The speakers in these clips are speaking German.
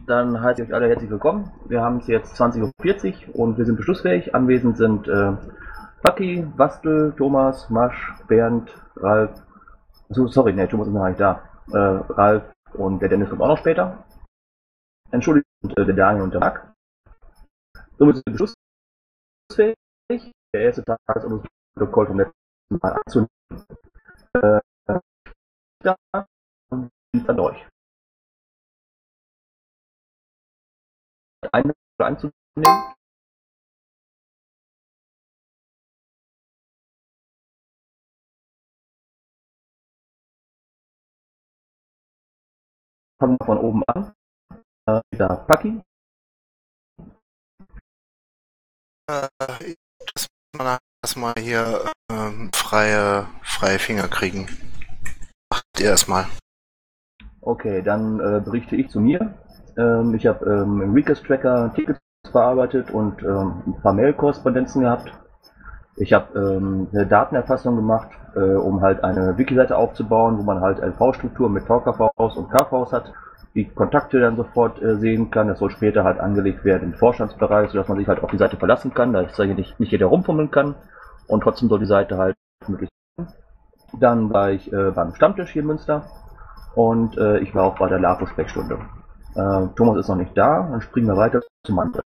Dann heiße ich euch alle herzlich willkommen. Wir haben es jetzt 20:40 Uhr und wir sind beschlussfähig. Anwesend sind Bucky, Bastel, Thomas, Masch, Bernd, Ralf. Sorry, Thomas ist noch nicht da. Ralf und der Dennis kommt auch noch später. Entschuldigt, der Daniel und der Marc. Somit sind wir beschlussfähig. Der erste Tag ist um das Protokoll vom letzten Mal anzunehmen. Da und an euch. Eine anzunehmen. Fangen wir von oben an. Da Paki. Dass man erstmal hier freie Finger kriegen. Macht ihr erstmal. Okay, dann berichte ich zu mir. Ich habe im Recast-Tracker Tickets verarbeitet und ein paar Mail-Korrespondenzen gehabt. Ich habe eine Datenerfassung gemacht, um halt eine Wiki-Seite aufzubauen, wo man halt LV-Strukturen mit VKVs und KVs hat, die Kontakte dann sofort sehen kann. Das soll später halt angelegt werden im Vorstandsbereich, sodass man sich halt auf die Seite verlassen kann, da hier nicht jeder rumfummeln kann und trotzdem soll die Seite halt möglichst sein. Dann war ich beim Stammtisch hier in Münster und ich war auch bei der LAFO-Sprechstunde. Thomas ist noch nicht da, dann springen wir weiter zum Manfred.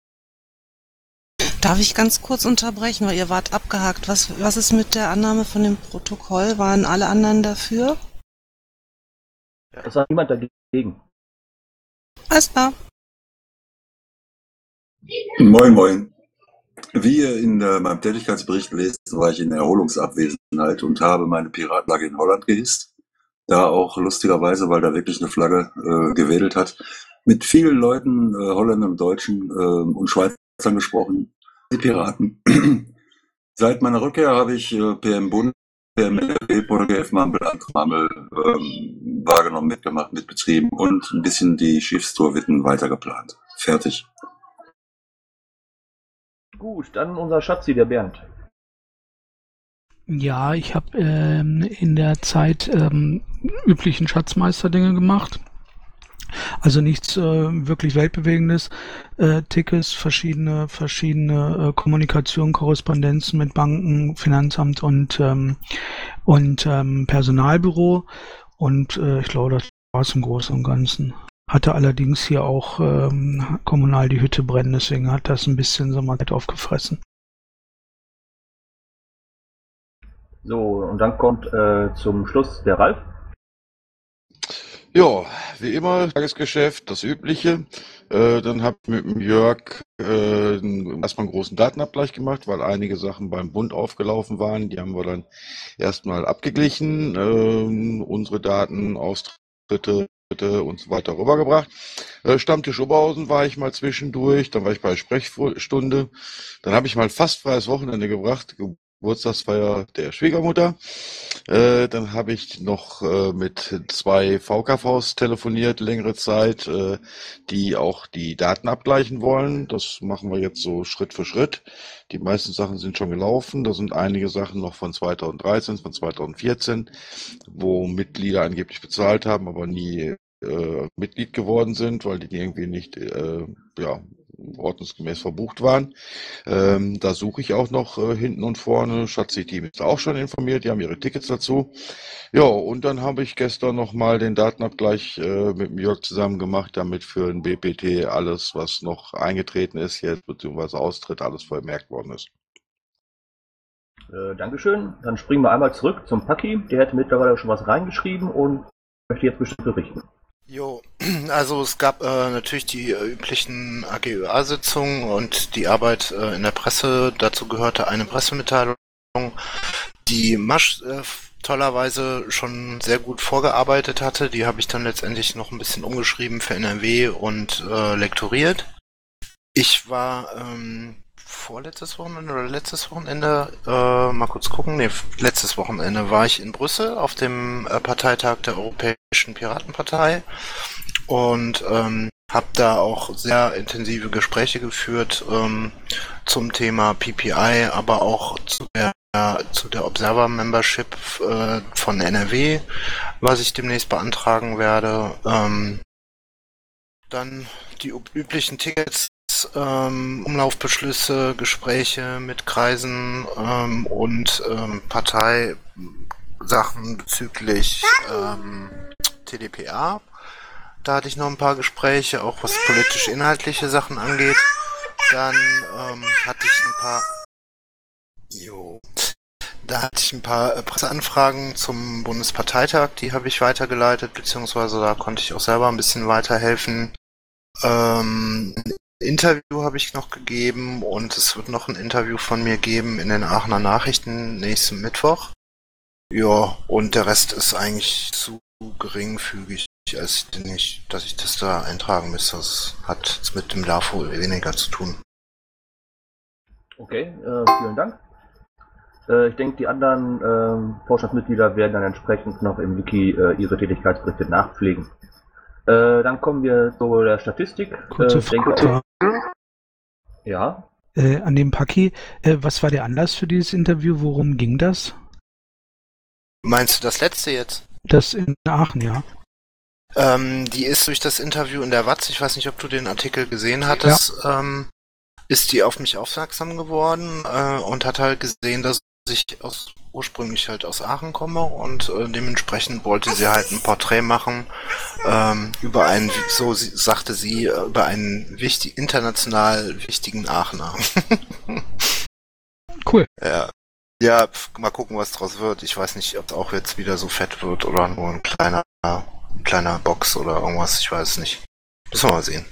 Darf ich ganz kurz unterbrechen, weil ihr wart abgehakt. Was ist mit der Annahme von dem Protokoll? Waren alle anderen dafür? Es war niemand dagegen. Alles klar. Moin, moin. Wie ihr in meinem Tätigkeitsbericht lest, war ich in Erholungsabwesenheit und habe meine Piratenflagge in Holland gehisst. Da auch lustigerweise, weil da wirklich eine Flagge gewedelt hat, mit vielen Leuten, Holländern und Deutschen und Schweizern gesprochen, die Piraten. Seit meiner Rückkehr habe ich PM Bund, PM NRW, PGF Mammel, Mammel wahrgenommen, mitgemacht, mitbetrieben und ein bisschen die Schiffstour-Witten weitergeplant. Fertig. Gut, dann unser Schatzi, der Bernd. Ja, ich habe in der Zeit üblichen Schatzmeister-Dinge gemacht. Also nichts wirklich Weltbewegendes. Tickets, verschiedene Kommunikation, Korrespondenzen mit Banken, Finanzamt und Personalbüro. Und ich glaube, das war es im Großen und Ganzen. Hatte allerdings hier auch kommunal die Hütte brennen, deswegen hat das ein bisschen Sommerzeit aufgefressen. So, und dann kommt zum Schluss der Ralf. Ja, wie immer, Tagesgeschäft, das Übliche. Dann habe ich mit dem Jörg erstmal einen großen Datenabgleich gemacht, weil einige Sachen beim Bund aufgelaufen waren. Die haben wir dann erstmal abgeglichen, unsere Daten, Austritte und so weiter rübergebracht. Stammtisch Oberhausen war ich mal zwischendurch, dann war ich bei Sprechstunde. Dann habe ich mal fast freies Wochenende gebracht, Geburtstagsfeier der Schwiegermutter. Dann habe ich noch mit 2 VKVs telefoniert, längere Zeit, die auch die Daten abgleichen wollen. Das machen wir jetzt so Schritt für Schritt. Die meisten Sachen sind schon gelaufen. Da sind einige Sachen noch von 2013, von 2014, wo Mitglieder angeblich bezahlt haben, aber nie Mitglied geworden sind, weil die irgendwie nicht ordnungsgemäß verbucht waren. Da suche ich auch noch hinten und vorne. Schatzi-Team ist auch schon informiert, die haben ihre Tickets dazu. Ja, und dann habe ich gestern nochmal den Datenabgleich mit dem Jörg zusammen gemacht, damit für den BPT alles, was noch eingetreten ist jetzt, beziehungsweise austritt, alles vermerkt worden ist. Dankeschön. Dann springen wir einmal zurück zum Paki. Der hat mittlerweile schon was reingeschrieben und möchte jetzt bestimmt berichten. Jo, also es gab natürlich die üblichen AGÖA-Sitzungen und die Arbeit in der Presse. Dazu gehörte eine Pressemitteilung, die Masch tollerweise schon sehr gut vorgearbeitet hatte. Die habe ich dann letztendlich noch ein bisschen umgeschrieben für NRW und lektoriert. Ich war vorletztes Wochenende oder letztes Wochenende, mal kurz gucken, letztes Wochenende war ich in Brüssel auf dem Parteitag der Europäischen Piratenpartei und habe da auch sehr intensive Gespräche geführt zum Thema PPI, aber auch zu der Observer Membership von NRW, was ich demnächst beantragen werde. dann die üblichen Tickets, Umlaufbeschlüsse, Gespräche mit Kreisen und Parteisachen bezüglich TDPA. Da hatte ich noch ein paar Gespräche, auch was politisch-inhaltliche Sachen angeht. Dann hatte ich ein paar Presseanfragen zum Bundesparteitag, die habe ich weitergeleitet, beziehungsweise da konnte ich auch selber ein bisschen weiterhelfen. Ein Interview habe ich noch gegeben und es wird noch ein Interview von mir geben in den Aachener Nachrichten nächsten Mittwoch. Ja, und der Rest ist eigentlich zu geringfügig, als dass ich das da eintragen müsste. Das hat mit dem LAFO weniger zu tun. Okay, vielen Dank. Ich denke, die anderen Vorstandsmitglieder werden dann entsprechend noch im Wiki ihre Tätigkeitsberichte nachpflegen. Dann kommen wir zu der Statistik. Kurze Frage. Ja. An dem Paki, was war der Anlass für dieses Interview? Worum ging das? Meinst du das letzte jetzt? Das in Aachen, ja. Die ist durch das Interview in der Watz, ich weiß nicht, ob du den Artikel gesehen hattest, ist die auf mich aufmerksam geworden und hat halt gesehen, dass ich ursprünglich halt aus Aachen komme und dementsprechend wollte sie halt ein Porträt machen über einen, so sagte sie, über einen international wichtigen Aachener. Cool. Ja, mal gucken, was draus wird. Ich weiß nicht, ob es auch jetzt wieder so fett wird oder nur ein kleiner Box oder irgendwas, ich weiß es nicht. Müssen wir mal sehen.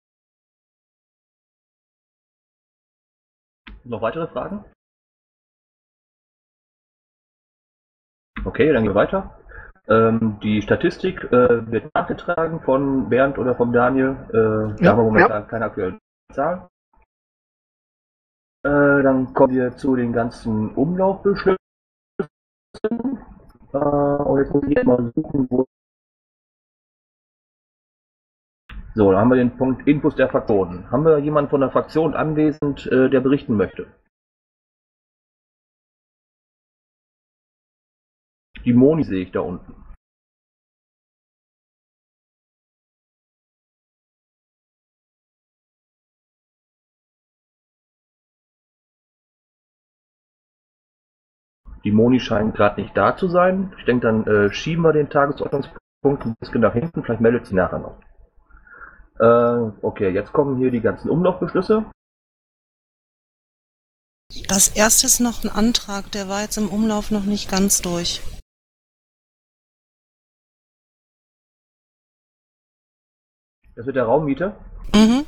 Noch weitere Fragen? Okay, dann gehen wir weiter. Die Statistik wird nachgetragen von Bernd oder von Daniel. Da haben wir momentan keine aktuellen Zahlen. Dann kommen wir zu den ganzen Umlaufbeschlüssen. Und jetzt muss ich mal suchen, wo. So, dann haben wir den Punkt Infos der Fraktionen. Haben wir jemanden von der Fraktion anwesend, der berichten möchte? Die Moni sehe ich da unten. Die Moni scheint gerade nicht da zu sein. Ich denke, dann schieben wir den Tagesordnungspunkt ein bisschen nach hinten. Vielleicht meldet sie nachher noch. Okay, jetzt kommen hier die ganzen Umlaufbeschlüsse. Das erste ist noch ein Antrag, der war jetzt im Umlauf noch nicht ganz durch. Das wird der Raummiete. Mhm.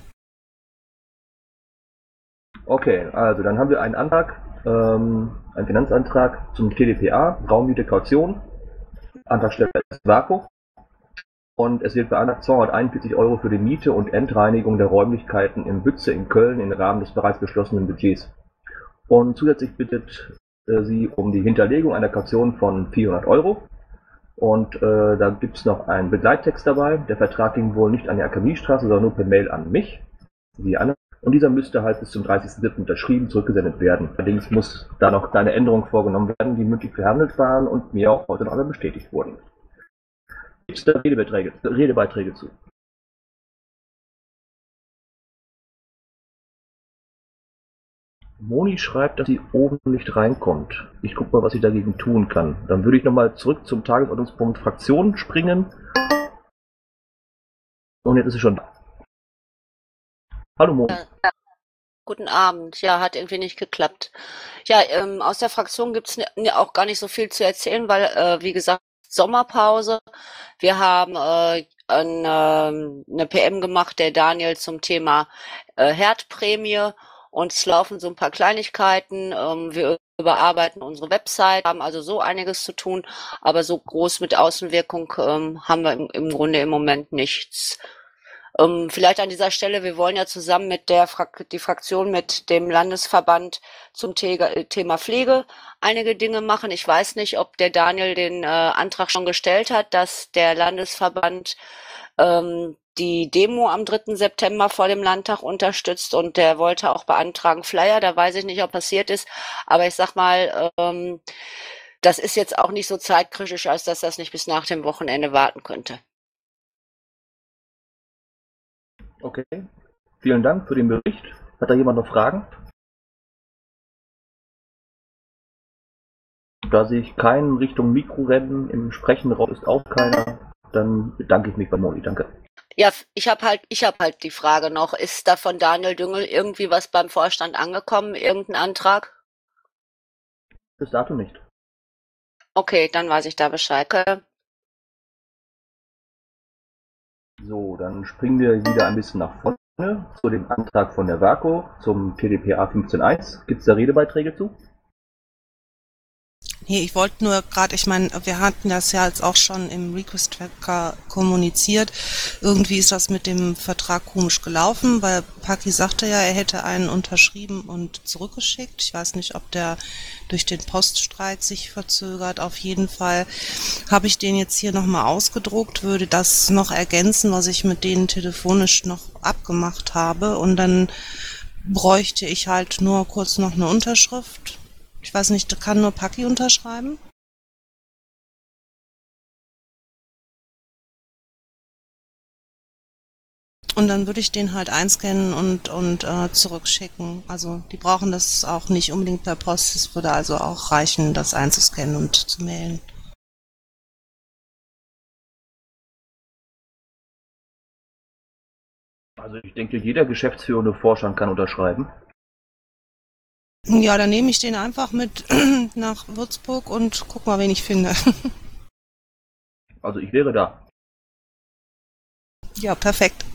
Okay, also dann haben wir einen Antrag, einen Finanzantrag zum TDPA, Raummiete Kaution. Antragsteller ist Vaco. Und es wird beantragt 241 € für die Miete und Endreinigung der Räumlichkeiten im Bütze in Köln im Rahmen des bereits beschlossenen Budgets. Und zusätzlich bittet sie um die Hinterlegung einer Kaution von 400 €. Und da gibt es noch einen Begleittext dabei. Der Vertrag ging wohl nicht an die Akademiestraße, sondern nur per Mail an mich, wie Anne. Und dieser müsste halt bis zum 30.07. unterschrieben zurückgesendet werden. Allerdings muss da noch kleine Änderungen vorgenommen werden, die mündlich verhandelt waren und mir auch heute noch alle bestätigt wurden. Gibt es da Redebeiträge zu? Moni schreibt, dass sie oben nicht reinkommt. Ich gucke mal, was ich dagegen tun kann. Dann würde ich nochmal zurück zum Tagesordnungspunkt Fraktionen springen. Und jetzt ist sie schon da. Hallo Moni. Ja, guten Abend. Ja, hat irgendwie nicht geklappt. Ja, aus der Fraktion gibt's auch gar nicht so viel zu erzählen, weil, wie gesagt, Sommerpause. Wir haben eine PM gemacht, der Daniel zum Thema Herdprämie. Und es laufen so ein paar Kleinigkeiten. Wir überarbeiten unsere Website, haben also so einiges zu tun, aber so groß mit Außenwirkung haben wir im Grunde im Moment nichts. Vielleicht an dieser Stelle, wir wollen ja zusammen mit die Fraktion mit dem Landesverband zum Thema Pflege einige Dinge machen. Ich weiß nicht, ob der Daniel den Antrag schon gestellt hat, dass der Landesverband die Demo am 3. September vor dem Landtag unterstützt und der wollte auch beantragen Flyer. Da weiß ich nicht, ob passiert ist, aber ich sag mal, das ist jetzt auch nicht so zeitkritisch, als dass das nicht bis nach dem Wochenende warten könnte. Okay. Vielen Dank für den Bericht. Hat da jemand noch Fragen? Da sehe ich keinen Richtung Mikrorennen, im Sprechenraum ist auch keiner. Dann bedanke ich mich bei Moni, danke. Ja, ich hab halt die Frage noch, ist da von Daniel Düngel irgendwie was beim Vorstand angekommen, irgendein Antrag? Bis dato nicht. Okay, dann weiß ich da Bescheid. So, dann springen wir wieder ein bisschen nach vorne zu dem Antrag von der WAKO zum TDPA 15.1. Gibt es da Redebeiträge zu? Nee, ich wollte nur gerade, ich meine, wir hatten das ja jetzt auch schon im Request Tracker kommuniziert. Irgendwie ist das mit dem Vertrag komisch gelaufen, weil Paki sagte ja, er hätte einen unterschrieben und zurückgeschickt. Ich weiß nicht, ob der durch den Poststreik sich verzögert. Auf jeden Fall habe ich den jetzt hier nochmal ausgedruckt, würde das noch ergänzen, was ich mit denen telefonisch noch abgemacht habe. Und dann bräuchte ich halt nur kurz noch eine Unterschrift. Ich weiß nicht, da kann nur Paki unterschreiben? Und dann würde ich den halt einscannen und zurückschicken. Also die brauchen das auch nicht unbedingt per Post. Es würde also auch reichen, das einzuscannen und zu mailen. Also ich denke, jeder geschäftsführende Vorstand kann unterschreiben. Ja, dann nehme ich den einfach mit nach Würzburg und guck mal, wen ich finde. Also ich wäre da. Ja, perfekt.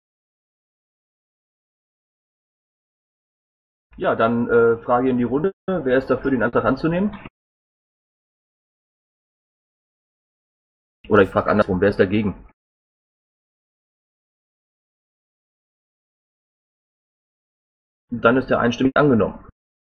Ja, dann Frage in die Runde. Wer ist dafür, den Antrag anzunehmen? Oder ich frage andersrum, wer ist dagegen? Dann ist der einstimmig angenommen.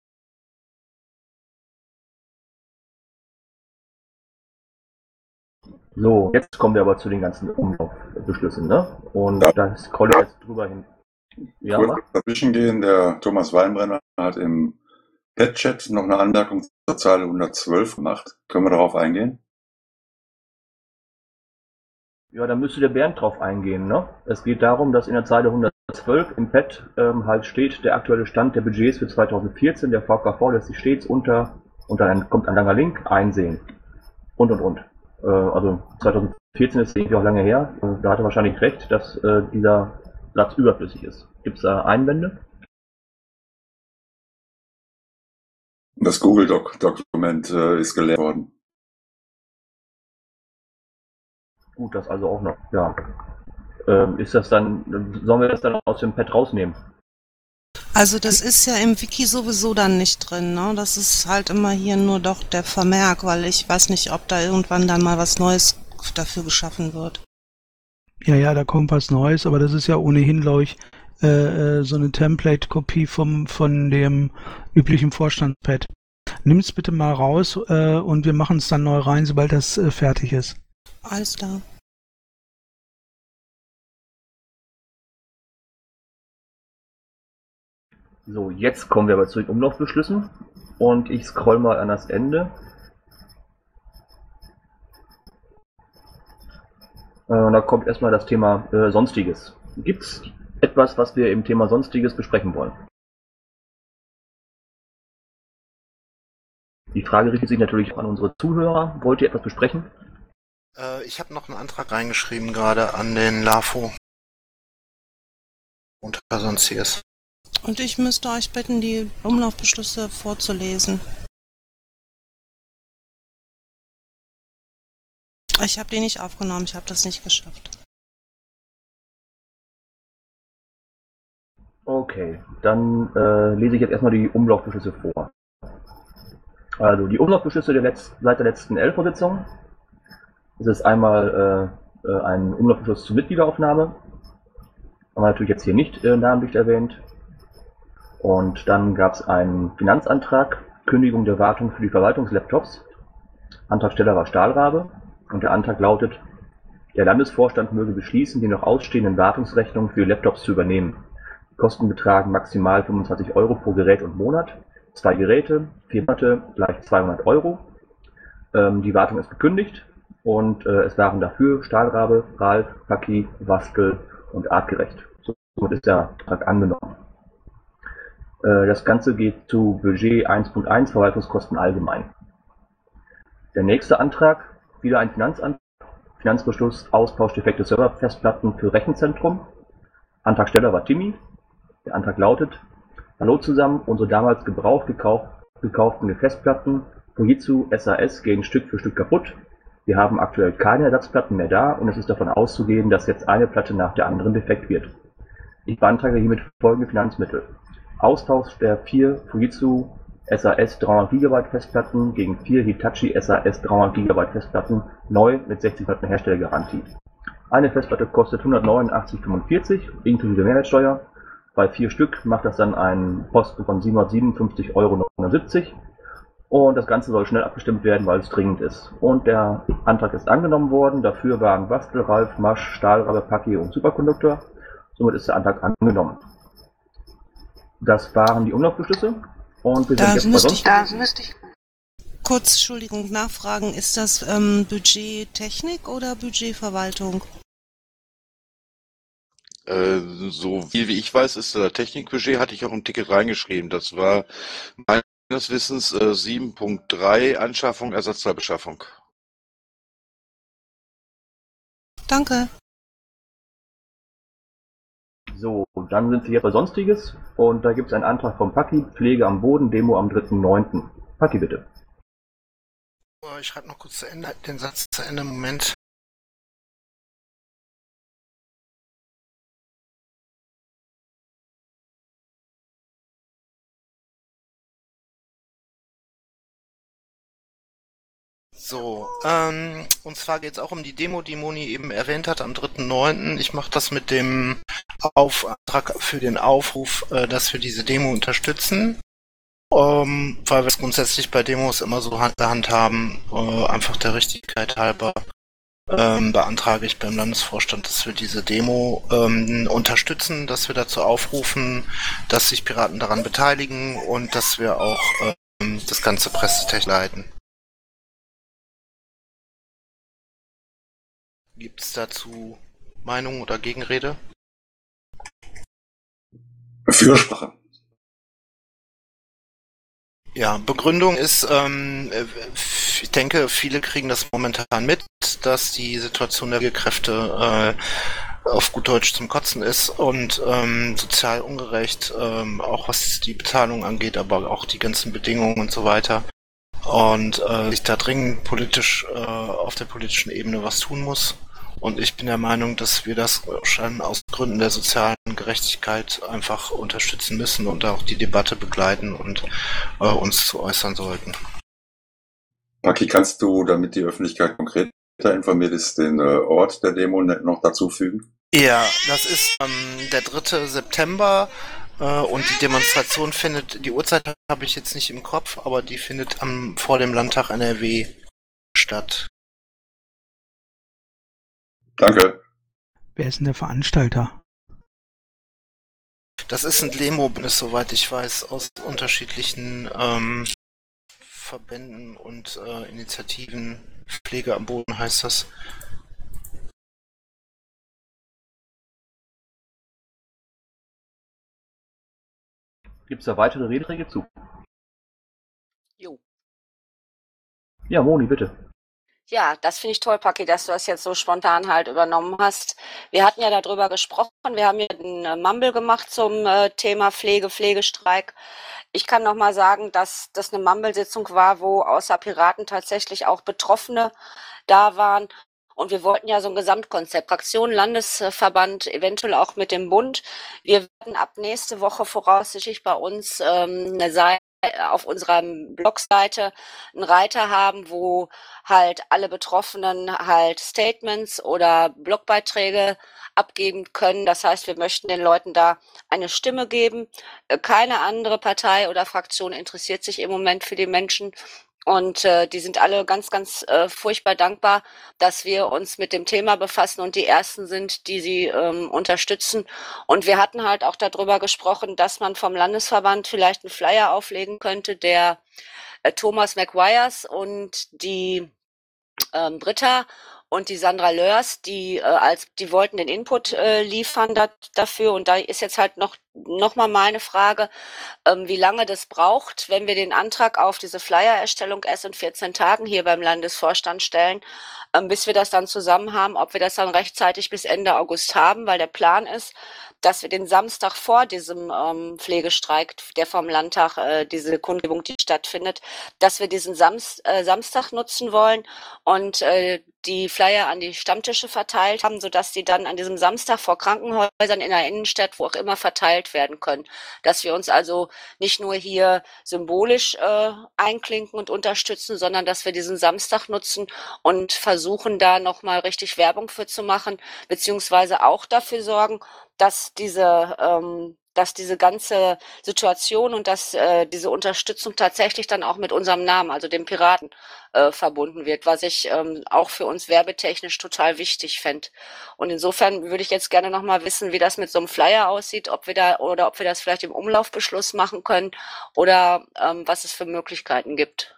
So, jetzt kommen wir aber zu den ganzen Umlaufbeschlüssen, ne? Und Ja. da scrolle ich jetzt drüber hin. Ja, Kurz mach. dazwischen gehen, der Thomas Weinbrenner hat im Pet-Chat noch eine Anmerkung zur Zeile 112 gemacht. Können wir darauf eingehen? Ja, da müsste der Bernd drauf eingehen, ne? Es geht darum, dass in der Zeile 112 im Pad halt steht, der aktuelle Stand der Budgets für 2014, der VKV lässt sich stets unter, und dann kommt ein langer Link, einsehen. Und. Also 2014 ist irgendwie auch lange her, da hat er wahrscheinlich recht, dass dieser Satz überflüssig ist. Gibt es da Einwände? Das Google-Dokument ist geleert worden. Gut, das also auch noch, ja. Ist das dann, sollen wir das dann aus dem Pad rausnehmen? Also das ist ja im Wiki sowieso dann nicht drin, ne? Das ist halt immer hier nur doch der Vermerk, weil ich weiß nicht, ob da irgendwann dann mal was Neues dafür geschaffen wird. Ja, da kommt was Neues, aber das ist ja ohnehin, glaube ich, so eine Template-Kopie von dem üblichen Vorstandspad. Nimm's bitte mal raus und wir machen es dann neu rein, sobald das fertig ist. Alles klar. So, jetzt kommen wir aber zu den Umlaufbeschlüssen und ich scroll mal an das Ende. Da kommt erstmal das Thema Sonstiges. Gibt es etwas, was wir im Thema Sonstiges besprechen wollen? Die Frage richtet sich natürlich an unsere Zuhörer. Wollt ihr etwas besprechen? Ich habe noch einen Antrag reingeschrieben gerade an den LAFO. Unter Sonstiges. Und ich müsste euch bitten, die Umlaufbeschlüsse vorzulesen. Ich habe die nicht aufgenommen, ich habe das nicht geschafft. Okay, dann lese ich jetzt erstmal die Umlaufbeschlüsse vor. Also die Umlaufbeschlüsse seit der letzten Elfer-Sitzung. Das ist einmal ein Umlaufbeschluss zur Mitgliederaufnahme. Haben wir natürlich jetzt hier nicht namentlich erwähnt. Und dann gab es einen Finanzantrag, Kündigung der Wartung für die Verwaltungslaptops. Antragsteller war Stahlrabe und der Antrag lautet, der Landesvorstand möge beschließen, die noch ausstehenden Wartungsrechnungen für die Laptops zu übernehmen. Die Kosten betragen maximal 25 Euro pro Gerät und Monat. 2 Geräte, 4 Monate gleich 200 Euro. Die Wartung ist gekündigt und es waren dafür Stahlrabe, Ralf, Paki, Waskel und Artgerecht. Somit ist der Antrag angenommen. Das Ganze geht zu Budget 1.1 Verwaltungskosten allgemein. Der nächste Antrag, wieder ein Finanzbeschluss, Austausch defekte Serverfestplatten für Rechenzentrum. Antragsteller war Timmy. Der Antrag lautet: Hallo zusammen, unsere damals gekauften Festplatten Fujitsu SAS gehen Stück für Stück kaputt. Wir haben aktuell keine Ersatzplatten mehr da und es ist davon auszugehen, dass jetzt eine Platte nach der anderen defekt wird. Ich beantrage hiermit folgende Finanzmittel: Austausch der 4 Fujitsu SAS 300 GB Festplatten gegen 4 Hitachi SAS 300 GB Festplatten, neu mit 60 Platten Herstellergarantie. Eine Festplatte kostet 189,45 inklusive Mehrwertsteuer. Bei 4 Stück macht das dann einen Posten von 757,79 € und das Ganze soll schnell abgestimmt werden, weil es dringend ist. Und der Antrag ist angenommen worden. Dafür waren Bastel, Ralf, Masch, Stahlrabe, Paki und Superkonduktor. Somit ist der Antrag angenommen. Das waren die Umlaufbeschlüsse. Und wir sind jetzt bei sonst. Kurz, Entschuldigung, nachfragen, ist das Budget Technik oder Budget Verwaltung? So viel wie ich weiß, ist der Technikbudget, hatte ich auch im Ticket reingeschrieben. Das war meines Wissens 7.3 Anschaffung, Ersatzteilbeschaffung. Danke. So, und dann sind wir jetzt bei Sonstiges und da gibt es einen Antrag vom Paki, Pflege am Boden, Demo am 3.9. Paki, bitte. Ich schreibe noch kurz den Satz zu Ende. Moment. So, und zwar geht es auch um die Demo, die Moni eben erwähnt hat, am 3.9. Ich mache das mit dem Auftrag für den Aufruf, dass wir diese Demo unterstützen, weil wir es grundsätzlich bei Demos immer so handhaben, einfach der Richtigkeit halber. Beantrage ich beim Landesvorstand, dass wir diese Demo unterstützen, dass wir dazu aufrufen, dass sich Piraten daran beteiligen und dass wir auch das ganze Pressetech leiten. Gibt es dazu Meinung oder Gegenrede? Fürsprache. Ja, Begründung ist, ich denke, viele kriegen das momentan mit, dass die Situation der Pflegekräfte auf gut Deutsch zum Kotzen ist und sozial ungerecht, auch was die Bezahlung angeht, aber auch die ganzen Bedingungen und so weiter. Und sich da dringend politisch auf der politischen Ebene was tun muss. Und ich bin der Meinung, dass wir das schon aus Gründen der sozialen Gerechtigkeit einfach unterstützen müssen und auch die Debatte begleiten und uns zu äußern sollten. Paki, kannst du, damit die Öffentlichkeit konkreter informiert ist, den Ort der Demo noch dazu fügen? Ja, das ist der 3. September und die Demonstration findet, die Uhrzeit habe ich jetzt nicht im Kopf, aber die findet vor dem Landtag NRW statt. Danke. Wer ist denn der Veranstalter? Das ist ein Demo-Bündnis, soweit ich weiß, aus unterschiedlichen Verbänden und Initiativen. Pflege am Boden heißt das. Gibt es da weitere Redeträge zu? Jo. Ja, Moni, bitte. Ja, das finde ich toll, Paki, dass du das jetzt so spontan halt übernommen hast. Wir hatten ja darüber gesprochen, wir haben ja einen Mumble gemacht zum Thema Pflegestreik. Ich kann noch mal sagen, dass das eine Mumble-Sitzung war, wo außer Piraten tatsächlich auch Betroffene da waren. Und wir wollten ja so ein Gesamtkonzept, Fraktion, Landesverband, eventuell auch mit dem Bund. Wir werden ab nächste Woche voraussichtlich bei uns eine Seite auf unserer Blogseite einen Reiter haben, wo halt alle Betroffenen halt Statements oder Blogbeiträge abgeben können. Das heißt, wir möchten den Leuten da eine Stimme geben. Keine andere Partei oder Fraktion interessiert sich im Moment für die Menschen. Und die sind alle ganz, ganz furchtbar dankbar, dass wir uns mit dem Thema befassen und die Ersten sind, die sie unterstützen. Und wir hatten halt auch darüber gesprochen, dass man vom Landesverband vielleicht einen Flyer auflegen könnte, der Thomas McGuires und die Britta und die Sandra Lörs, die wollten den Input liefern dafür. Und da ist jetzt halt noch mal meine Frage, wie lange das braucht, wenn wir den Antrag auf diese Flyer-Erstellung erst in 14 Tagen hier beim Landesvorstand stellen, bis wir das dann zusammen haben, ob wir das dann rechtzeitig bis Ende August haben, weil der Plan ist, dass wir den Samstag vor diesem Pflegestreik, der vom Landtag, diese Kundgebung, die stattfindet, dass wir diesen Samstag nutzen wollen und die Flyer an die Stammtische verteilt haben, sodass die dann an diesem Samstag vor Krankenhäusern in der Innenstadt, wo auch immer, verteilt werden können. Dass wir uns also nicht nur hier symbolisch einklinken und unterstützen, sondern dass wir diesen Samstag nutzen und versuchen, da nochmal richtig Werbung für zu machen, beziehungsweise auch dafür sorgen, dass diese ganze Situation und dass diese Unterstützung tatsächlich dann auch mit unserem Namen, also dem Piraten, verbunden wird, was ich auch für uns werbetechnisch total wichtig fände. Und insofern würde ich jetzt gerne noch mal wissen, wie das mit so einem Flyer aussieht, ob wir das vielleicht im Umlaufbeschluss machen können oder was es für Möglichkeiten gibt.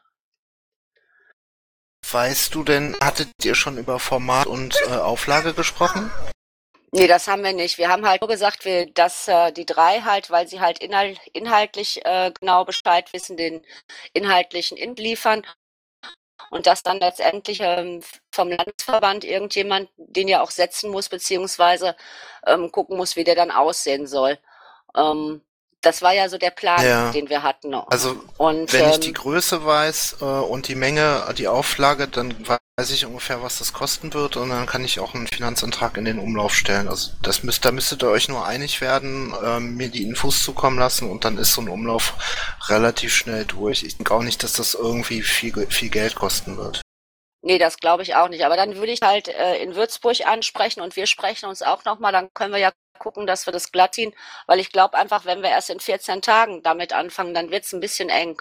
Weißt du denn, hattet ihr schon über Format und Auflage gesprochen? Nee, das haben wir nicht. Wir haben halt nur gesagt, dass die drei halt, weil sie halt inhaltlich genau Bescheid wissen, den inhaltlichen Input liefern und dass dann letztendlich vom Landesverband irgendjemand den ja auch setzen muss, beziehungsweise gucken muss, wie der dann aussehen soll. Das war ja so der Plan, den wir hatten. Also und, wenn ich die Größe weiß und die Menge, die Auflage, dann weiß ich ungefähr, was das kosten wird und dann kann ich auch einen Finanzantrag in den Umlauf stellen. Also da müsstet ihr euch nur einig werden, mir die Infos zukommen lassen und dann ist so ein Umlauf relativ schnell durch. Ich denke auch nicht, dass das irgendwie viel Geld kosten wird. Nee, das glaube ich auch nicht. Aber dann würde ich halt in Würzburg ansprechen und wir sprechen uns auch nochmal, dann können wir ja gucken, dass wir das glatt ziehen, weil ich glaube einfach, wenn wir erst in 14 Tagen damit anfangen, dann wird es ein bisschen eng.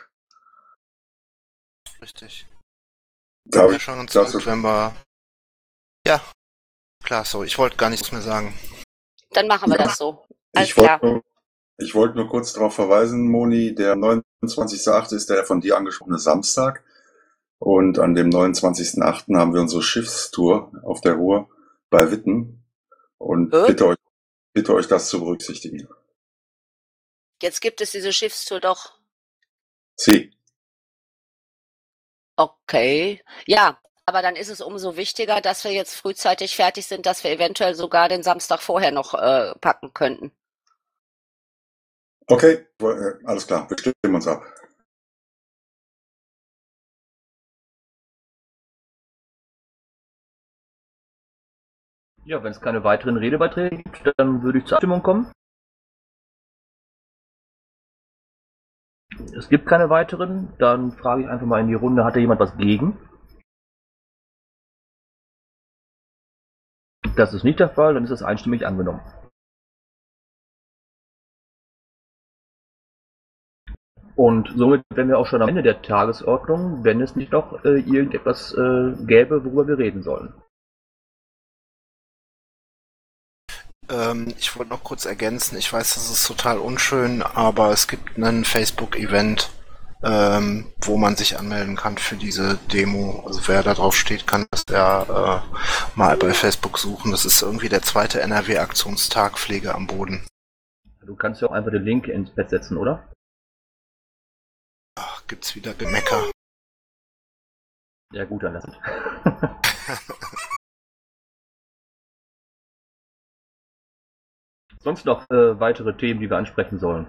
Richtig. Darf Ja, ich, schon uns darfst gut, du, wenn wir... Ja, klar, so. Ich wollte gar nichts mehr sagen. Dann machen wir das so. Alles ich klar. wollte nur kurz darauf verweisen, Moni, der 29.08. ist der von dir angesprochene Samstag. Und an dem 29.08. haben wir unsere Schiffstour auf der Ruhr bei Witten. Und bitte euch das zu berücksichtigen. Jetzt gibt es diese Schiffstour doch. Sie. Okay. Ja, aber dann ist es umso wichtiger, dass wir jetzt frühzeitig fertig sind, dass wir eventuell sogar den Samstag vorher noch packen könnten. Okay, alles klar, wir stimmen uns ab. Ja, wenn es keine weiteren Redebeiträge gibt, dann würde ich zur Abstimmung kommen. Es gibt keine weiteren, dann frage ich einfach mal in die Runde, hat da jemand was gegen? Das ist nicht der Fall, dann ist es einstimmig angenommen. Und somit wären wir auch schon am Ende der Tagesordnung, wenn es nicht noch irgendetwas gäbe, worüber wir reden sollen. Ich wollte noch kurz ergänzen, ich weiß, das ist total unschön, aber es gibt einen Facebook-Event, wo man sich anmelden kann für diese Demo. Also wer da drauf steht, kann das ja mal bei Facebook suchen. Das ist irgendwie der 2. NRW-Aktionstag Pflege am Boden. Du kannst ja auch einfach den Link ins Bett setzen, oder? Ach, gibt's wieder Gemecker. Ja gut, dann lass es. Sonst noch weitere Themen, die wir ansprechen sollen?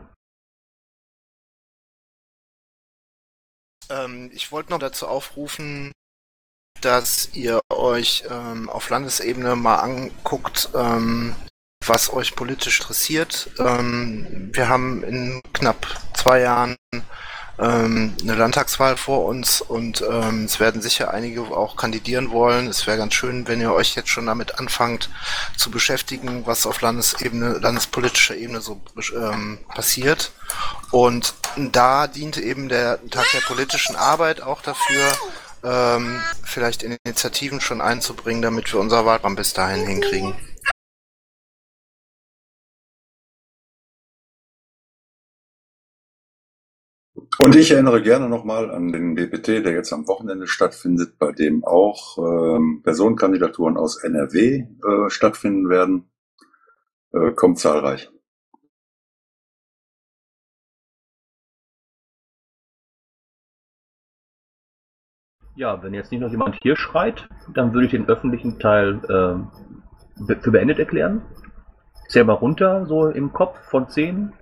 Ich wollte noch dazu aufrufen, dass ihr euch auf Landesebene mal anguckt, was euch politisch interessiert. Wir haben in knapp 2 Jahren eine Landtagswahl vor uns und es werden sicher einige auch kandidieren wollen. Es wäre ganz schön, wenn ihr euch jetzt schon damit anfangt zu beschäftigen, was auf landespolitischer Ebene so passiert. Und da dient eben der Tag der politischen Arbeit auch dafür, vielleicht Initiativen schon einzubringen, damit wir unser Wahlprogramm bis dahin hinkriegen. Und ich erinnere gerne nochmal an den BPT, der jetzt am Wochenende stattfindet, bei dem auch Personenkandidaturen aus NRW stattfinden werden. Kommt zahlreich. Ja, wenn jetzt nicht noch jemand hier schreit, dann würde ich den öffentlichen Teil für beendet erklären. Zähl mal runter, so im Kopf von 10.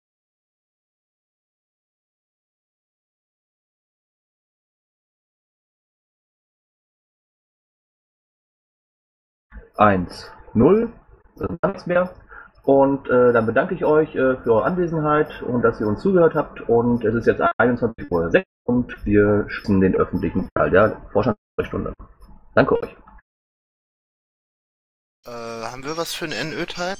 1, 0, nichts mehr. Und dann bedanke ich euch für eure Anwesenheit und dass ihr uns zugehört habt. Und es ist jetzt 21:06 Uhr und wir schließen den öffentlichen Teil der Vorstandssprechstunde. Danke euch. Haben wir was für einen NÖ-Teil?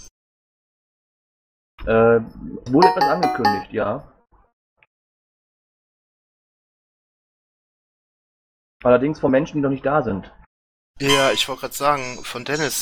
Es wurde etwas angekündigt, ja. Allerdings von Menschen, die noch nicht da sind. Ja, ich wollte gerade sagen, von Dennis.